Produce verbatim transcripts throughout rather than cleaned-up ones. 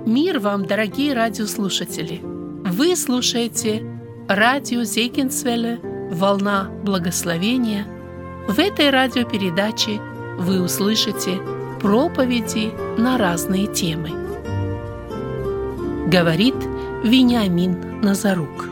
Мир вам, дорогие радиослушатели! Вы слушаете радио Зегенсвелле «Волна благословения». В этой радиопередаче вы услышите проповеди на разные темы. Говорит Вениамин Назарук.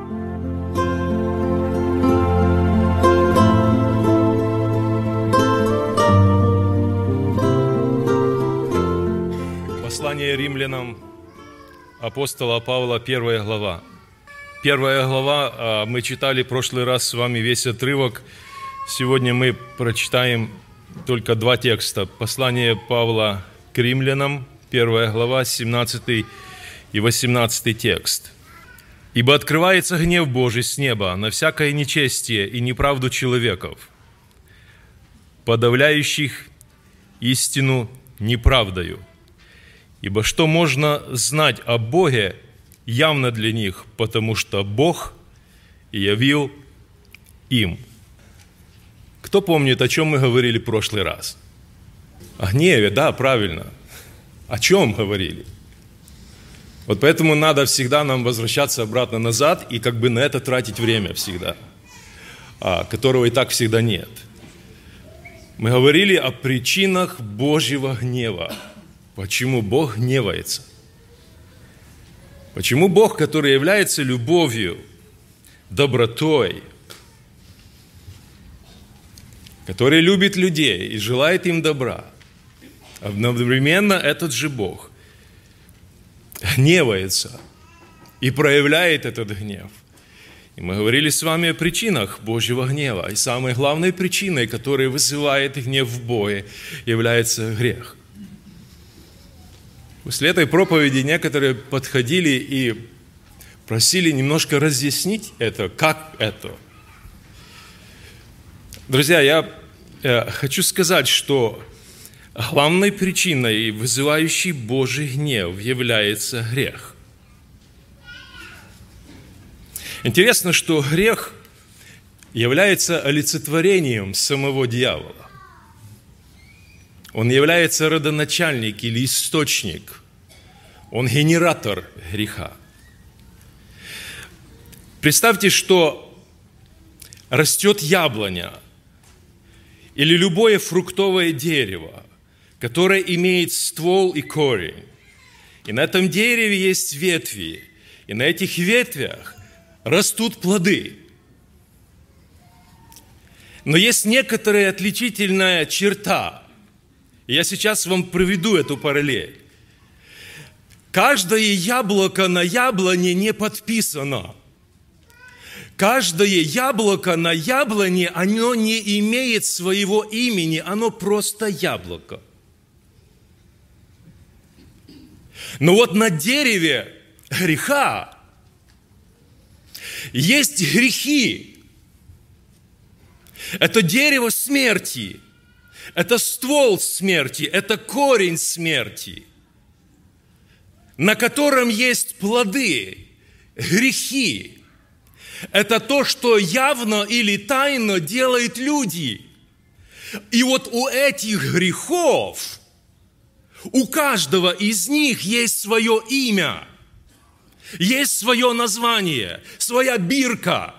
Послание римлянам апостола Павла, первая глава. Первая глава, мы читали в прошлый раз с вами весь отрывок. Сегодня мы прочитаем только два текста. Послание Павла к римлянам, первая глава, семнадцатый и восемнадцатый текст. «Ибо открывается гнев Божий с неба на всякое нечестие и неправду человеков, подавляющих истину неправдою. Ибо что можно знать о Боге явно для них, потому что Бог явил им». Кто помнит, о чем мы говорили в прошлый раз? О гневе, да, правильно. О чем говорили? Вот поэтому надо всегда нам возвращаться обратно назад и как бы на это тратить время всегда, которого и так всегда нет. Мы говорили о причинах Божьего гнева. Почему Бог гневается? Почему Бог, который является любовью, добротой, который любит людей и желает им добра, одновременно этот же Бог гневается и проявляет этот гнев? И мы говорили с вами о причинах Божьего гнева. И самой главной причиной, которая вызывает гнев в Боге, является грех. После этой проповеди некоторые подходили и просили немножко разъяснить это, как это. Друзья, я хочу сказать, что главной причиной, вызывающей Божий гнев, является грех. Интересно, что грех является олицетворением самого дьявола. Он является родоначальник или источник. Он генератор греха. Представьте, что растет яблоня или любое фруктовое дерево, которое имеет ствол и корень. И на этом дереве есть ветви. И на этих ветвях растут плоды. Но есть некоторая отличительная черта. Я сейчас вам приведу эту параллель. Каждое яблоко на яблоне не подписано. Каждое яблоко на яблоне, оно не имеет своего имени, оно просто яблоко. Но вот на дереве греха есть грехи. Это дерево смерти. Это ствол смерти, это корень смерти, на котором есть плоды, грехи. Это то, что явно или тайно делают люди. И вот у этих грехов, у каждого из них есть свое имя, есть свое название, своя бирка.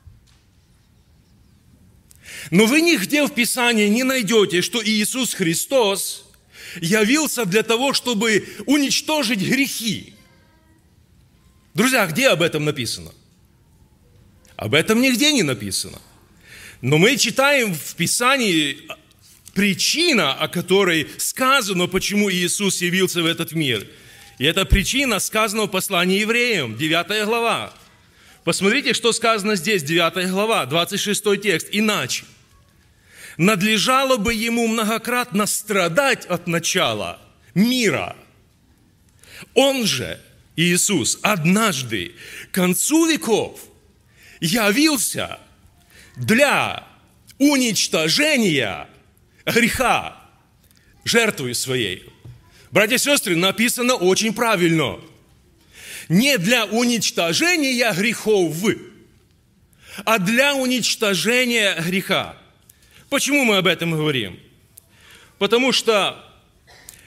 Но вы нигде в Писании не найдете, что Иисус Христос явился для того, чтобы уничтожить грехи. Друзья, где об этом написано? Об этом нигде не написано. Но мы читаем в Писании причина, о которой сказано, почему Иисус явился в этот мир. И эта причина сказана в послании евреям, девятая глава. Посмотрите, что сказано здесь, девятая глава, двадцать шестой текст. «Иначе надлежало бы ему многократно страдать от начала мира. Он же, Иисус, однажды к концу веков явился для уничтожения греха жертвой своей». Братья и сестры, написано очень правильно. Не для уничтожения грехов, а для уничтожения греха. Почему мы об этом говорим? Потому что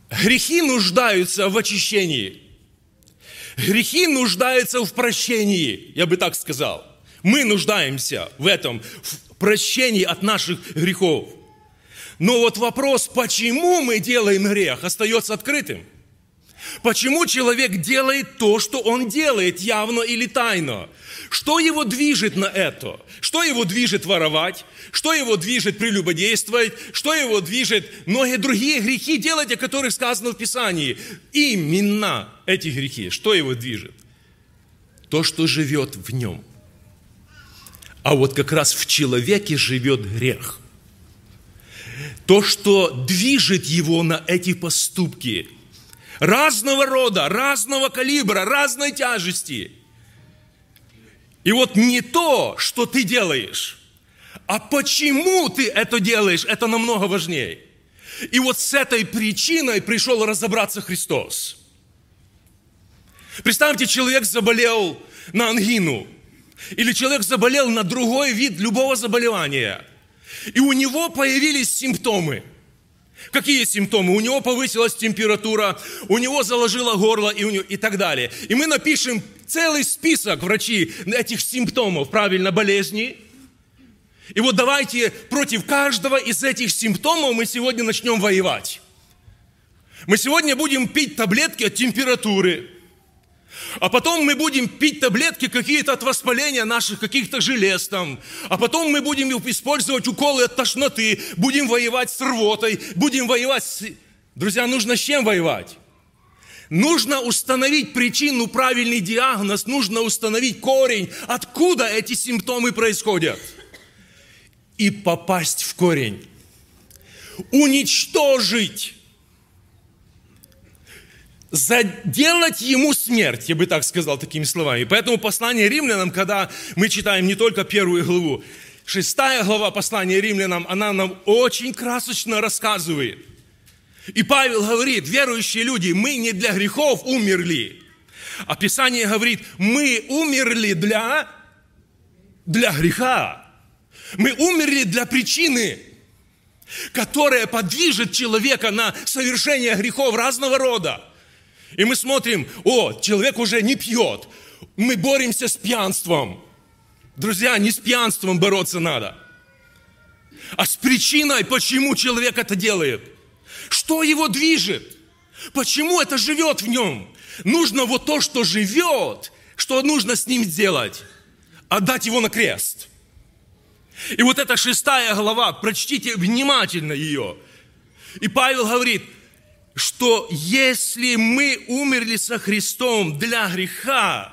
Грехи нуждаются в очищении. Грехи нуждаются в прощении, я бы так сказал. Мы нуждаемся в этом, в прощении от наших грехов. Но вот вопрос, почему мы делаем грех, остается открытым. Почему человек делает то, что он делает, явно или тайно? Что его движет на это? Что его движет воровать? Что его движет прелюбодействовать? Что его движет многие другие грехи делать, о которых сказано в Писании? Именно эти грехи. Что его движет? То, что живет в нем. А вот как раз в человеке живет грех. То, что движет его на эти поступки. Разного рода, разного калибра, разной тяжести. И вот не то, что ты делаешь, а почему ты это делаешь, это намного важнее. И вот с этой причиной пришел разобраться Христос. Представьте, человек заболел на ангину, или человек заболел на другой вид любого заболевания, и у него появились симптомы. Какие симптомы? У него повысилась температура, у него заложило горло и, у него, и так далее. И мы напишем целый список, врачи, этих симптомов, правильно, болезней. И вот давайте против каждого из этих симптомов мы сегодня начнем воевать. Мы сегодня будем пить таблетки от температуры, а потом мы будем пить таблетки какие-то от воспаления наших каких-то желез там, а потом мы будем использовать уколы от тошноты, будем воевать с рвотой, будем воевать с... Друзья, нужно с чем воевать? Нужно установить причину, правильный диагноз, нужно установить корень, откуда эти симптомы происходят. И попасть в корень. Уничтожить. Заделать ему смерть, я бы так сказал такими словами. Поэтому послание римлянам, когда мы читаем не только первую главу, шестая глава послания римлянам, она нам очень красочно рассказывает. И Павел говорит, верующие люди, мы не для грехов умерли. А Писание говорит, мы умерли для, для греха. Мы умерли для причины, которая подвижет человека на совершение грехов разного рода. И мы смотрим, о, человек уже не пьет. Мы боремся с пьянством. Друзья, не с пьянством бороться надо, а с причиной, почему человек это делает. Что его движет? Почему это живет в нем? Нужно вот то, что живет, что нужно с ним сделать? Отдать его на крест. И вот эта шестая глава, прочтите внимательно ее. И Павел говорит, что если мы умерли со Христом для греха,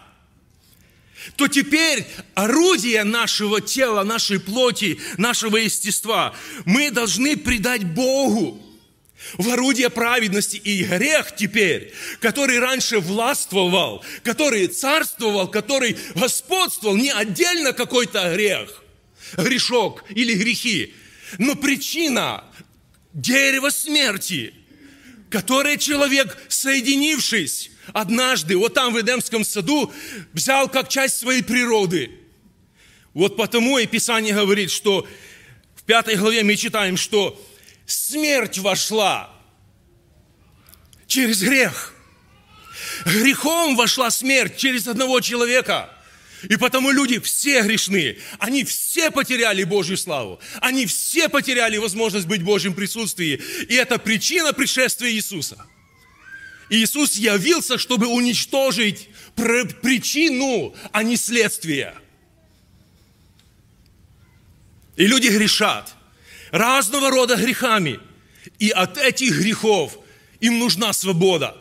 то теперь орудие нашего тела, нашей плоти, нашего естества мы должны предать Богу в орудие праведности. И грех теперь, который раньше властвовал, который царствовал, который господствовал, не отдельно какой-то грех, грешок или грехи, но причина дерева смерти, которое человек, соединившись однажды, вот там в Эдемском саду, взял как часть своей природы. Вот потому и Писание говорит, что в пятой главе мы читаем, что смерть вошла через грех. Грехом вошла смерть через одного человека. И потому люди все грешны. Они все потеряли Божью славу. Они все потеряли возможность быть в Божьем присутствии. И это причина пришествия Иисуса. И Иисус явился, чтобы уничтожить причину, а не следствие. И люди грешат разного рода грехами. И от этих грехов им нужна свобода.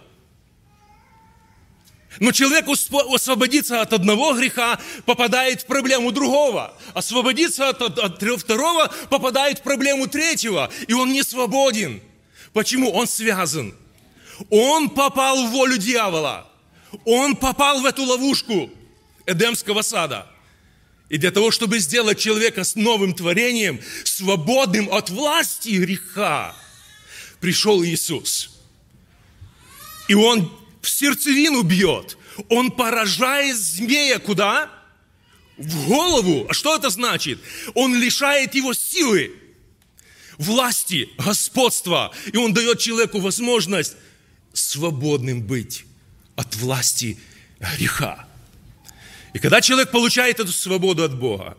Но человек освободится от одного греха, попадает в проблему другого. Освободится от, от, от второго, попадает в проблему третьего. И он не свободен. Почему? Он связан. Он попал в волю дьявола. Он попал в эту ловушку Эдемского сада. И для того, чтобы сделать человека с новым творением, свободным от власти греха, пришел Иисус. И Он в сердцевину бьет. Он поражает змея куда? В голову. А что это значит? Он лишает его силы. власти, господства. И Он дает человеку возможность свободным быть от власти греха. И когда человек получает эту свободу от Бога,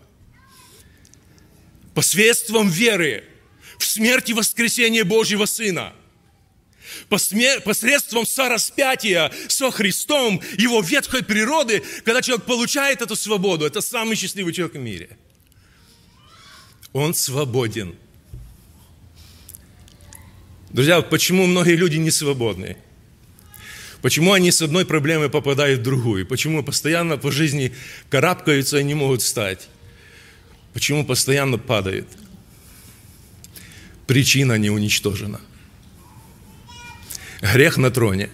посредством веры в смерть и воскресение Божьего Сына, посредством сораспятия со Христом, Его ветхой природы, когда человек получает эту свободу, это самый счастливый человек в мире. Он свободен. Друзья, почему многие люди не свободны? Почему они с одной проблемой попадают в другую? Почему постоянно по жизни карабкаются и не могут встать? Почему постоянно падают? Причина не уничтожена. Грех на троне.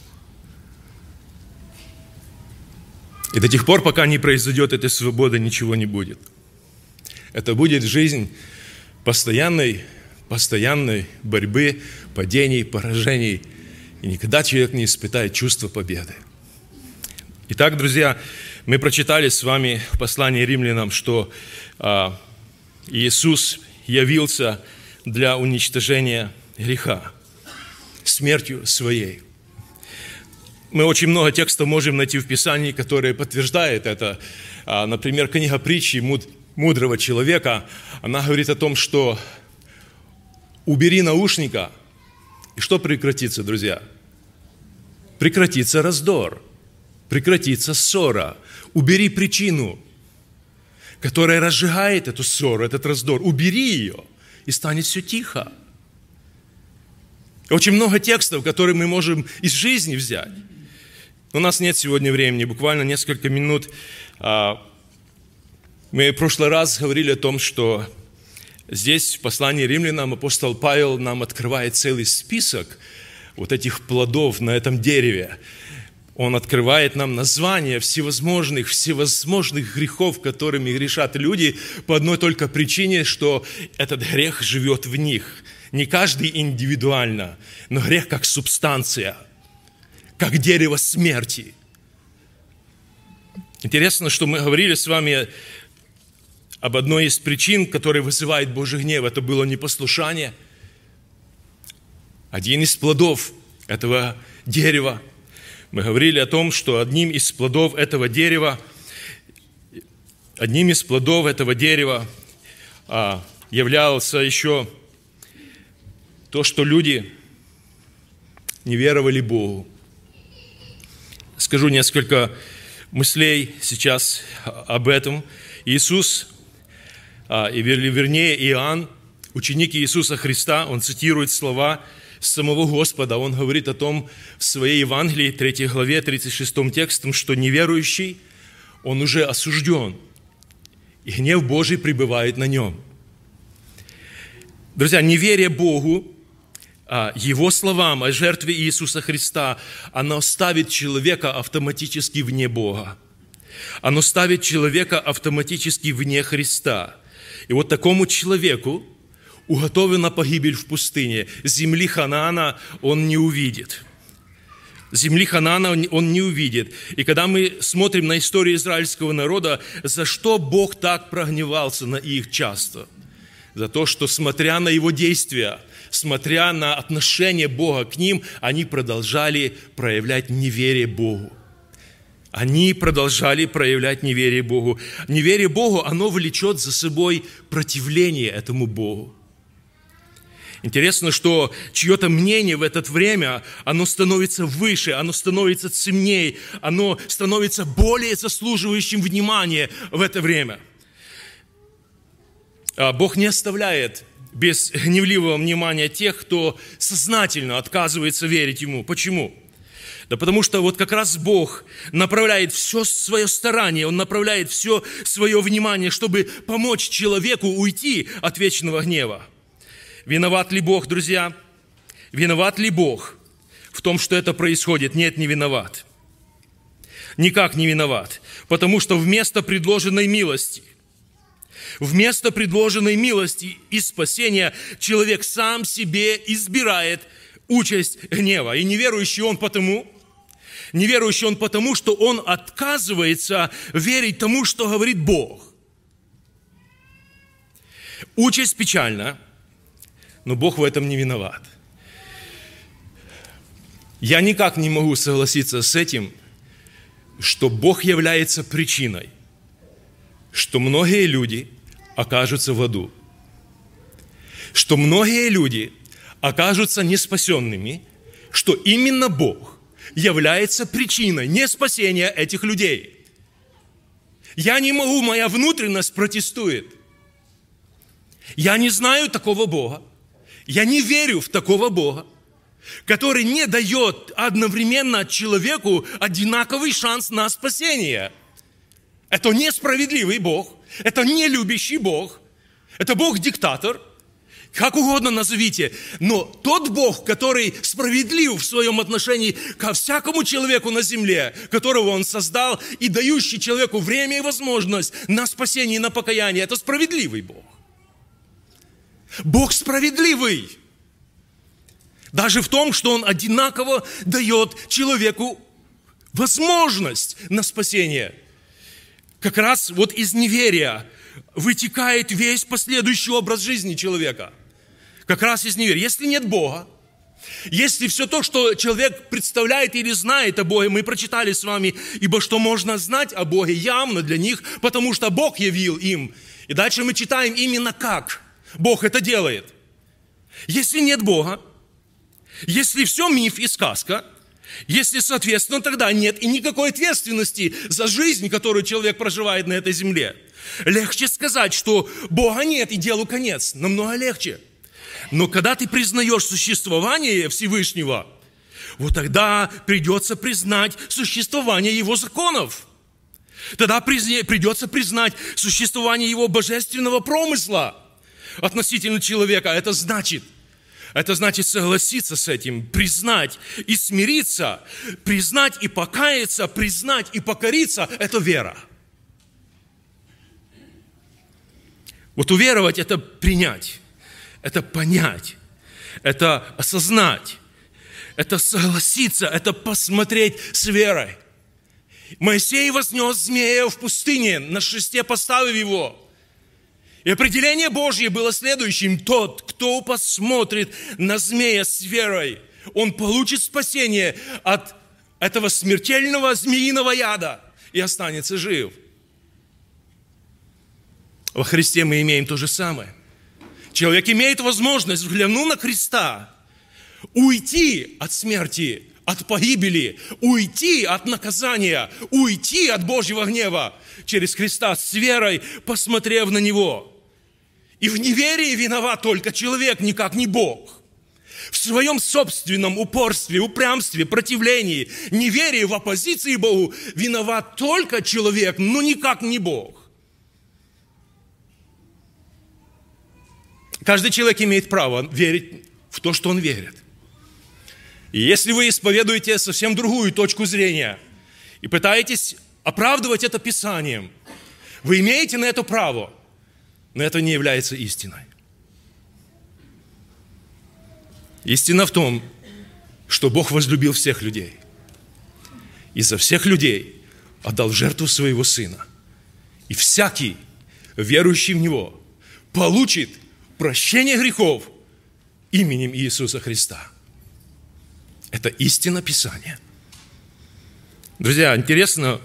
И до тех пор, пока не произойдет этой свободы, ничего не будет. Это будет жизнь постоянной, постоянной борьбы, падений, поражений. И никогда человек не испытает чувство победы. Итак, друзья, мы прочитали с вами в послании римлянам, что а, Иисус явился для уничтожения греха смертью Своей. Мы очень много текстов можем найти в Писании, которые подтверждают это. А, например, книга притчи мудрого человека, она говорит о том, что убери наушника, и что прекратится, друзья? Прекратится раздор, прекратится ссора. Убери причину, которая разжигает эту ссору, этот раздор. Убери ее, и станет все тихо. Очень много текстов, которые мы можем из жизни взять. У нас нет сегодня времени, буквально несколько минут. Мы в прошлый раз говорили о том, что здесь, в послании римлянам, апостол Павел нам открывает целый список вот этих плодов на этом дереве. Он открывает нам названия всевозможных, всевозможных грехов, которыми грешат люди, по одной только причине, что этот грех живет в них. Не каждый индивидуально, но грех как субстанция, как дерево смерти. Интересно, что мы говорили с вами об одной из причин, которая вызывает Божий гнев. Это было непослушание. Один из плодов этого дерева. Мы говорили о том, что одним из плодов этого дерева, одним из плодов этого дерева а, являлся еще то, что люди не веровали Богу. Скажу несколько мыслей сейчас об этом. Иисус, и вернее Иоанн, ученик Иисуса Христа, он цитирует слова самого Господа. Он говорит о том в своей Евангелии, третьей главе, тридцать шестом текстом, что неверующий, он уже осужден, и гнев Божий пребывает на нем. Друзья, неверие Богу, Его словам о жертве Иисуса Христа, оно ставит человека автоматически вне Бога. Оно ставит человека автоматически вне Христа. И вот такому человеку уготована погибель в пустыне. Земли Ханаана он не увидит. Земли Ханаана он не увидит. И когда мы смотрим на историю израильского народа, за что Бог так прогневался на их часто? За то, что, смотря на его действия, смотря на отношение Бога к ним, они продолжали проявлять неверие Богу. Они продолжали проявлять неверие Богу. Неверие Богу, оно влечет за собой противление этому Богу. Интересно, что чье-то мнение в это время, оно становится выше, оно становится ценнее, оно становится более заслуживающим внимания в это время. Бог не оставляет без гневливого внимания тех, кто сознательно отказывается верить Ему. Почему? Да потому что вот как раз Бог направляет все свое старание, Он направляет все свое внимание, чтобы помочь человеку уйти от вечного гнева. Виноват ли Бог, друзья? Виноват ли Бог в том, что это происходит? Нет, не виноват. Никак не виноват. Потому что вместо предложенной милости, вместо предложенной милости и спасения человек сам себе избирает участь гнева. И неверующий он потому, неверующий он потому, что он отказывается верить тому, что говорит Бог. Участь печальна. но Бог в этом не виноват. Я никак не могу согласиться с этим, что Бог является причиной, что многие люди окажутся в аду, что многие люди окажутся неспасенными, что именно Бог является причиной неспасения этих людей. Я не могу, моя внутренность протестует. Я не знаю такого Бога, я не верю в такого Бога, который не дает одновременно человеку одинаковый шанс на спасение. Это несправедливый Бог, это не любящий Бог, это Бог-диктатор, как угодно назовите, но тот Бог, который справедлив в своем отношении ко всякому человеку на земле, которого Он создал, и дающий человеку время и возможность на спасение и на покаяние, это справедливый Бог. Бог справедливый. Даже в том, что Он одинаково дает человеку возможность на спасение. Как раз вот из неверия вытекает весь последующий образ жизни человека. Как раз из неверия. Если нет Бога, если все то, что человек представляет или знает о Боге, мы прочитали с вами, ибо что можно знать о Боге явно для них, потому что Бог явил им. И дальше мы читаем именно как Бог это делает. Если нет Бога, если все миф и сказка, если, соответственно, тогда нет и никакой ответственности за жизнь, которую человек проживает на этой земле. Легче сказать, что Бога нет и делу конец. Намного легче. Но когда ты признаешь существование Всевышнего, вот тогда придется признать существование Его законов. Тогда придется признать существование Его божественного промысла относительно человека. Это значит, это значит согласиться с этим, признать и смириться, признать и покаяться, признать и покориться – это вера. Вот уверовать – это принять, это понять, это осознать, это согласиться, это посмотреть с верой. Моисей вознес змея в пустыне, на шесте поставив его. И определение Божье было следующим. Тот, кто посмотрит на змея с верой, он получит спасение от этого смертельного змеиного яда и останется жив. Во Христе мы имеем то же самое. Человек имеет возможность, взглянув на Христа, уйти от смерти, от погибели, уйти от наказания, уйти от Божьего гнева через Христа с верой, посмотрев на Него. И в неверии виноват только человек, никак не Бог. В своем собственном упорстве, упрямстве, противлении, неверии, в оппозиции Богу виноват только человек, но никак не Бог. Каждый человек имеет право верить в то, что он верит. И если вы исповедуете совсем другую точку зрения и пытаетесь оправдывать это Писанием, вы имеете на это право, но это не является истиной. Истина в том, что Бог возлюбил всех людей. И за всех людей отдал жертву своего Сына. И всякий, верующий в Него, получит прощение грехов именем Иисуса Христа. Это истина Писания. Друзья, интересно,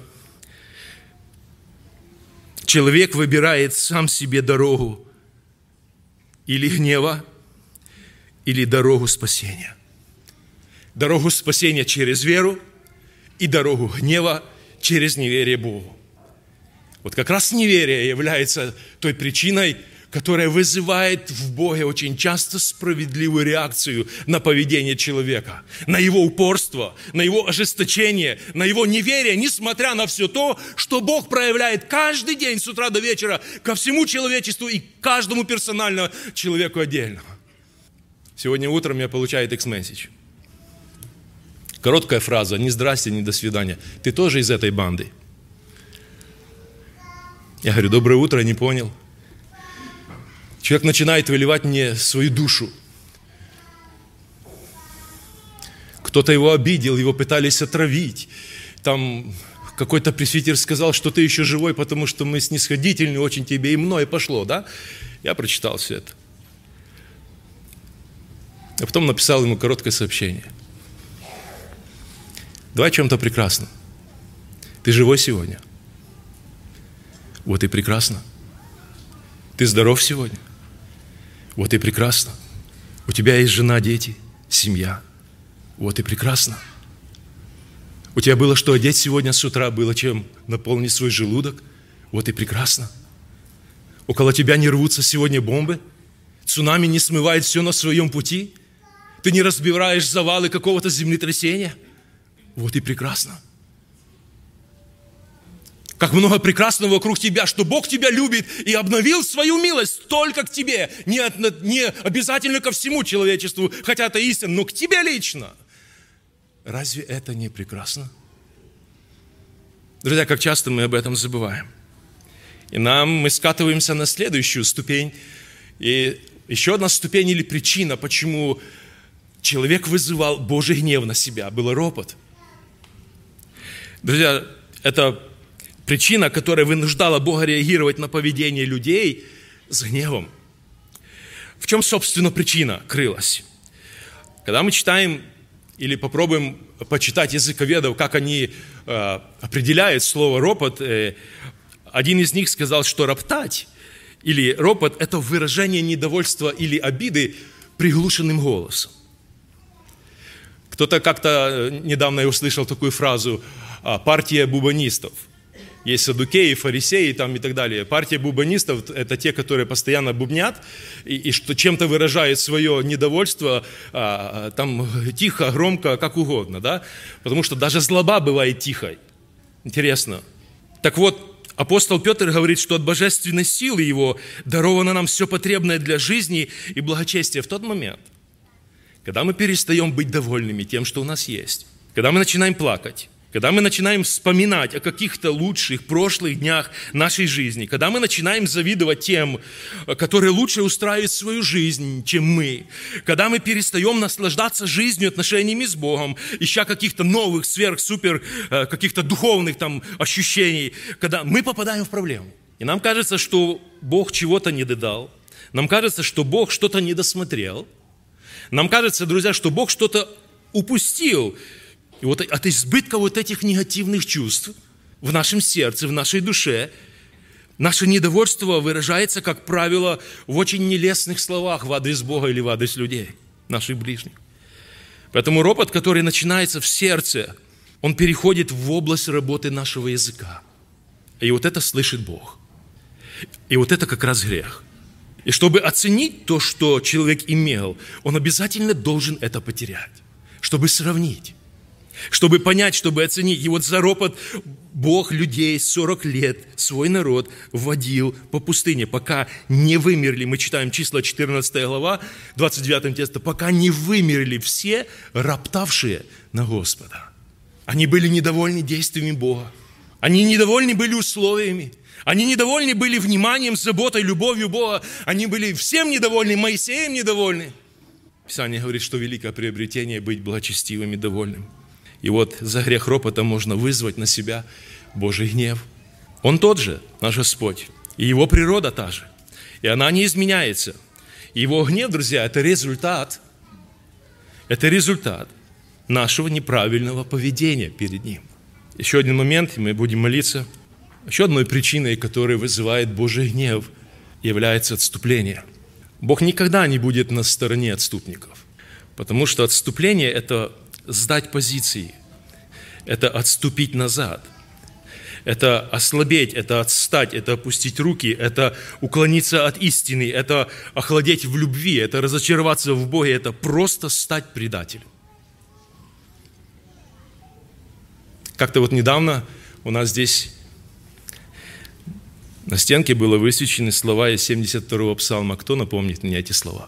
человек выбирает сам себе дорогу или гнева, или дорогу спасения. Дорогу спасения через веру и дорогу гнева через неверие Богу. Вот как раз неверие является той причиной, которая вызывает в Боге очень часто справедливую реакцию на поведение человека, на его упорство, на его ожесточение, на его неверие, несмотря на все то, что Бог проявляет каждый день с утра до вечера ко всему человечеству и каждому персонально человеку отдельно. Сегодня утром я получаю текст-месседж. Короткая фраза: «Ни здрасте, ни до свидания. Ты тоже из этой банды?» Я говорю: «Доброе утро, не понял». Человек начинает выливать мне свою душу. Кто-то его обидел, его пытались отравить. Там какой-то пресвитер сказал, что ты еще живой, потому что мы снисходительны очень тебе, и мной пошло, да? Я прочитал все это. А потом написал ему короткое сообщение. Давай о чем-то прекрасном. Ты живой сегодня? Вот и прекрасно. Ты здоров сегодня? Вот и прекрасно. У тебя есть жена, дети, семья. Вот и прекрасно. У тебя было что одеть сегодня с утра, было чем наполнить свой желудок. Вот и прекрасно. Около тебя не рвутся сегодня бомбы. Цунами не смывает все на своем пути. Ты не разбираешь завалы какого-то землетрясения. Вот и прекрасно. Как много прекрасного вокруг тебя, что Бог тебя любит и обновил свою милость только к тебе. Не, от, не обязательно ко всему человечеству, хотя это истина, но к тебе лично. Разве это не прекрасно? Друзья, как часто мы об этом забываем. И нам мы скатываемся на следующую ступень. И еще одна ступень или причина, почему человек вызывал Божий гнев на себя, был ропот. Друзья, это причина, которая вынуждала Бога реагировать на поведение людей с гневом. В чем, собственно, причина крылась? Когда мы читаем или попробуем почитать языковедов, как они э, определяют слово «ропот», э, один из них сказал, что роптать или ропот – это выражение недовольства или обиды приглушенным голосом. Кто-то как-то недавно я услышал такую фразу «партия бубонистов». Есть саддукеи, фарисеи там и так далее. Партия бубонистов – это те, которые постоянно бубнят и, и что чем-то выражают свое недовольство а, там тихо, громко, как угодно, да? Потому что даже злоба бывает тихой. Интересно. Так вот, апостол Петр говорит, что от божественной силы его даровано нам все потребное для жизни и благочестия в тот момент, когда мы перестаем быть довольными тем, что у нас есть, когда мы начинаем плакать, когда мы начинаем вспоминать о каких-то лучших прошлых днях нашей жизни, когда мы начинаем завидовать тем, которые лучше устраивают свою жизнь, чем мы, когда мы перестаем наслаждаться жизнью, отношениями с Богом, ища каких-то новых, сверх-супер, каких-то духовных там ощущений, когда мы попадаем в проблему. И нам кажется, что Бог чего-то не додал, нам кажется, что Бог что-то не досмотрел, нам кажется, друзья, что Бог что-то упустил. И вот от избытка вот этих негативных чувств в нашем сердце, в нашей душе, наше недовольство выражается, как правило, в очень нелестных словах в адрес Бога или в адрес людей, наших ближних. Поэтому ропот, который начинается в сердце, он переходит в область работы нашего языка. И вот это слышит Бог. И вот это как раз грех. И чтобы оценить то, что человек имел, он обязательно должен это потерять, чтобы сравнить. Чтобы понять, чтобы оценить. И вот за ропот Бог людей сорок лет, свой народ водил по пустыне, пока не вымерли. Мы читаем числа четырнадцатая глава, двадцать девятый текст, пока не вымерли все, роптавшие на Господа. Они были недовольны действиями Бога. Они недовольны были условиями. Они недовольны были вниманием, заботой, любовью Бога. Они были всем недовольны, Моисеем недовольны. Писание говорит, что великое приобретение быть благочестивым и довольным. И вот за грех ропота можно вызвать на себя Божий гнев. Он тот же, наш Господь, и Его природа та же. И она не изменяется. И Его гнев, друзья, это результат, это результат нашего неправильного поведения перед Ним. Еще один момент, и мы будем молиться. Еще одной причиной, которая вызывает Божий гнев, является отступление. Бог никогда не будет на стороне отступников, потому что отступление – это сдать позиции, это отступить назад, это ослабеть, это отстать, это опустить руки, это уклониться от истины, это охладеть в любви, это разочароваться в Боге, это просто стать предателем. Как-то вот недавно у нас здесь на стенке было высвечены слова из семьдесят второго псалма. Кто напомнит мне эти слова?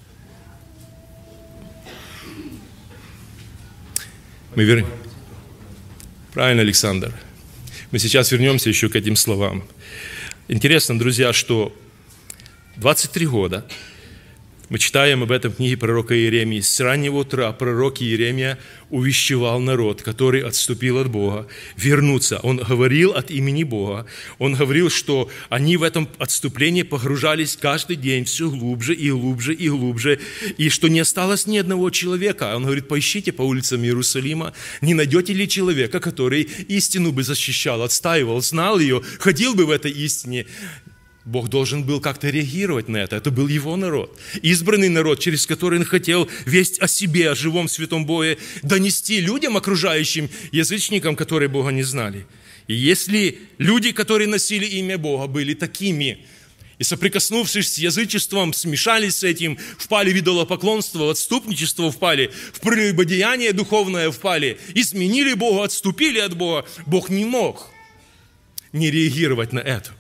Мы вер... Правильно, Александр. Мы сейчас вернемся еще к этим словам. Интересно, друзья, что двадцать три года Мы читаем об этом в книге пророка Иеремии. «С раннего утра пророк Иеремия увещевал народ, который отступил от Бога, вернуться». Он говорил от имени Бога. Он говорил, что они в этом отступлении погружались каждый день все глубже и глубже и глубже, и что не осталось ни одного человека. Он говорит: поищите по улицам Иерусалима, не найдете ли человека, который истину бы защищал, отстаивал, знал ее, ходил бы в этой истине. Бог должен был как-то реагировать на это. Это был его народ. Избранный народ, через который он хотел весть о себе, о живом святом Боге, донести людям, окружающим, язычникам, которые Бога не знали. И если люди, которые носили имя Бога, были такими, и, соприкоснувшись с язычеством, смешались с этим, впали в идолопоклонство, в отступничество впали, в прелюбодеяние духовное впали, изменили Бога, отступили от Бога, Бог не мог не реагировать на это.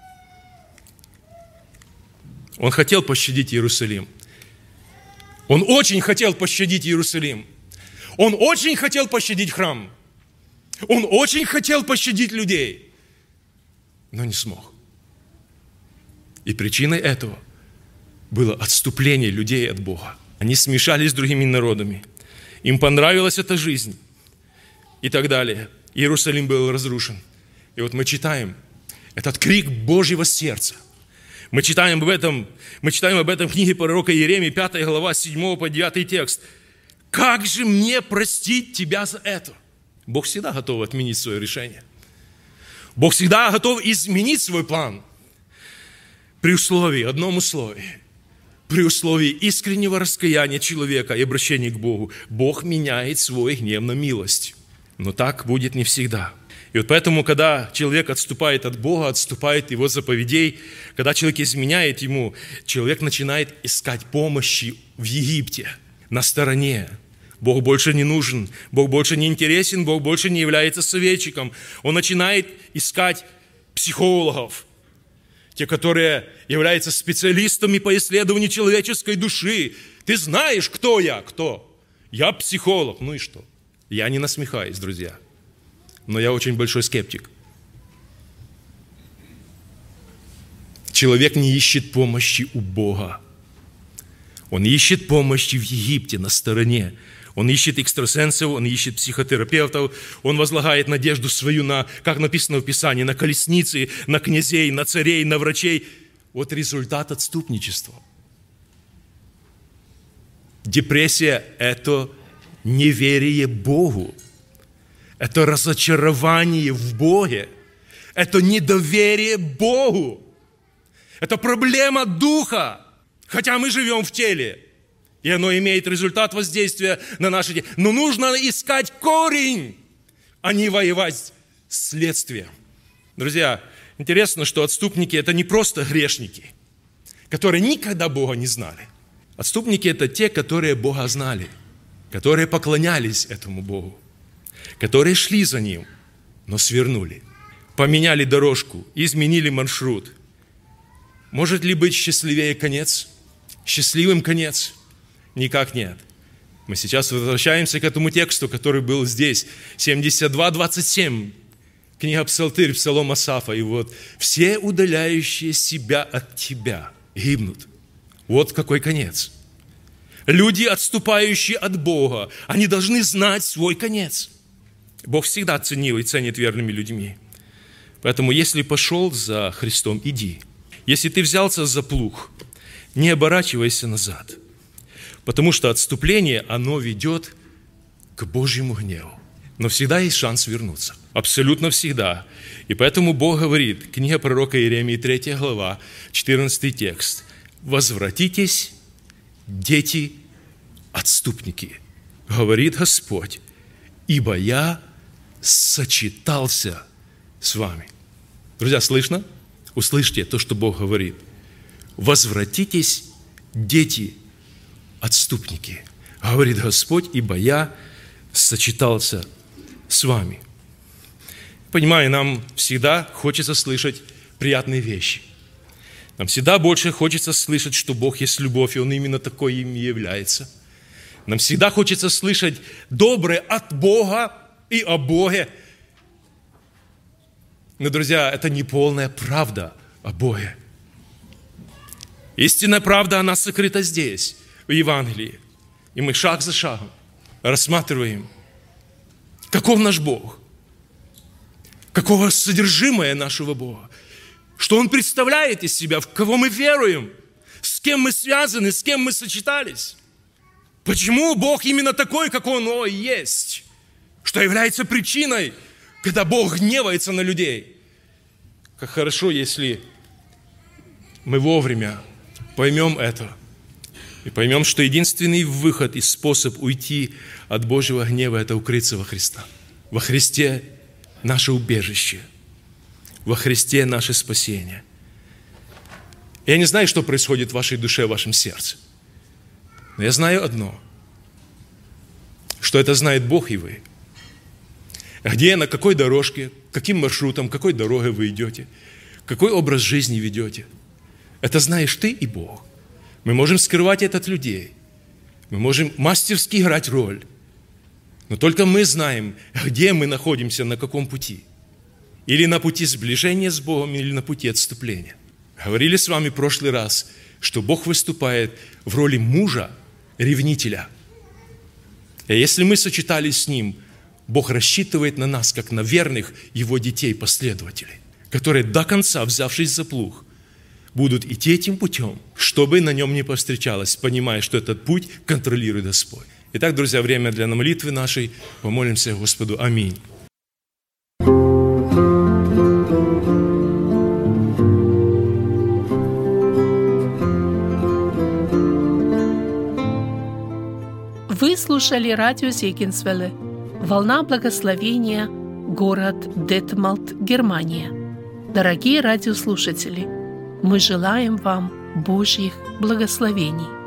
Он хотел пощадить Иерусалим. Он очень хотел пощадить Иерусалим. Он очень хотел пощадить храм. Он очень хотел пощадить людей, но не смог. И причиной этого было отступление людей от Бога. Они смешались с другими народами. Им понравилась эта жизнь и так далее. Иерусалим был разрушен. И вот мы читаем этот крик Божьего сердца. Мы читаем об этом, мы читаем об этом в книге пророка Иеремии, пятая глава, седьмой по девятый текст. «Как же мне простить тебя за это?» Бог всегда готов отменить свое решение. Бог всегда готов изменить свой план. При условии, одном условии, при условии искреннего раскаяния человека и обращения к Богу, Бог меняет свой гнев на милость. Но так будет не всегда. И вот поэтому, когда человек отступает от Бога, отступает от Его заповедей, когда человек изменяет Ему, человек начинает искать помощи в Египте, на стороне. Бог больше не нужен, Бог больше не интересен, Бог больше не является советчиком. Он начинает искать психологов, те, которые являются специалистами по исследованию человеческой души. Ты знаешь, кто я? Кто? Я психолог. Ну и что? Я не насмехаюсь, друзья. Но я очень большой скептик. Человек не ищет помощи у Бога. Он ищет помощи в Египте, на стороне. Он ищет экстрасенсов, он ищет психотерапевтов, он возлагает надежду свою на, как написано в Писании, на колесницы, на князей, на царей, на врачей. Вот результат отступничества. Депрессия – это неверие Богу. Это разочарование в Боге. Это недоверие Богу. Это проблема духа. Хотя мы живем в теле. И оно имеет результат воздействия на наше тело. Но нужно искать корень, а не воевать с следствием. Друзья, интересно, что отступники – это не просто грешники, которые никогда Бога не знали. Отступники – это те, которые Бога знали, которые поклонялись этому Богу, которые шли за Ним, но свернули, поменяли дорожку, изменили маршрут. Может ли быть счастливее конец? Счастливым конец? Никак нет. Мы сейчас возвращаемся к этому тексту, который был здесь, семьдесят два двадцать семь, книга Псалтырь, Псалом Асафа. И вот все удаляющие себя от Тебя гибнут. Вот какой конец. Люди, отступающие от Бога, они должны знать свой конец. Бог всегда ценил и ценит верными людьми. Поэтому, если пошел за Христом, иди. Если ты взялся за плуг, не оборачивайся назад. Потому что отступление, оно ведет к Божьему гневу. Но всегда есть шанс вернуться. Абсолютно всегда. И поэтому Бог говорит, книга пророка Иеремии, третья глава, четырнадцатый текст. «Возвратитесь, дети, отступники, говорит Господь, ибо я сочетался с вами». Друзья, слышно? Услышьте то, что Бог говорит. «Возвратитесь, дети, отступники, говорит Господь, ибо я сочетался с вами». Понимаю, нам всегда хочется слышать приятные вещи. Нам всегда больше хочется слышать, что Бог есть любовь, и Он именно такой им и является. Нам всегда хочется слышать доброе от Бога и о Боге. Но, друзья, это не полная правда о Боге. Истинная правда, она сокрыта здесь, в Евангелии. И мы шаг за шагом рассматриваем, каков наш Бог, какого содержимое нашего Бога, что Он представляет из себя, в кого мы веруем, с кем мы связаны, с кем мы сочетались. Почему Бог именно такой, как Он о, есть, что является причиной, когда Бог гневается на людей. Как хорошо, если мы вовремя поймем это и поймем, что единственный выход и способ уйти от Божьего гнева – это укрыться во Христа. Во Христе наше убежище, во Христе наше спасение. Я не знаю, что происходит в вашей душе, в вашем сердце, но я знаю одно, что это знает Бог и вы. Где, на какой дорожке, каким маршрутом, какой дорогой вы идете, какой образ жизни ведете. Это знаешь ты и Бог. Мы можем скрывать это от людей. Мы можем мастерски играть роль. Но только мы знаем, где мы находимся, на каком пути. Или на пути сближения с Богом, или на пути отступления. Говорили с вами в прошлый раз, что Бог выступает в роли мужа, ревнителя. И если мы сочетались с Ним, Бог рассчитывает на нас, как на верных Его детей, последователей, которые до конца, взявшись за плуг, будут идти этим путем, чтобы на нем не повстречалось, понимая, что этот путь контролирует Господь. Итак, друзья, время для молитвы нашей. Помолимся Господу. Аминь. Вы слушали радио Зегенсвелле «Волна благословения», город Детмалт, Германия. Дорогие радиослушатели, мы желаем вам Божьих благословений.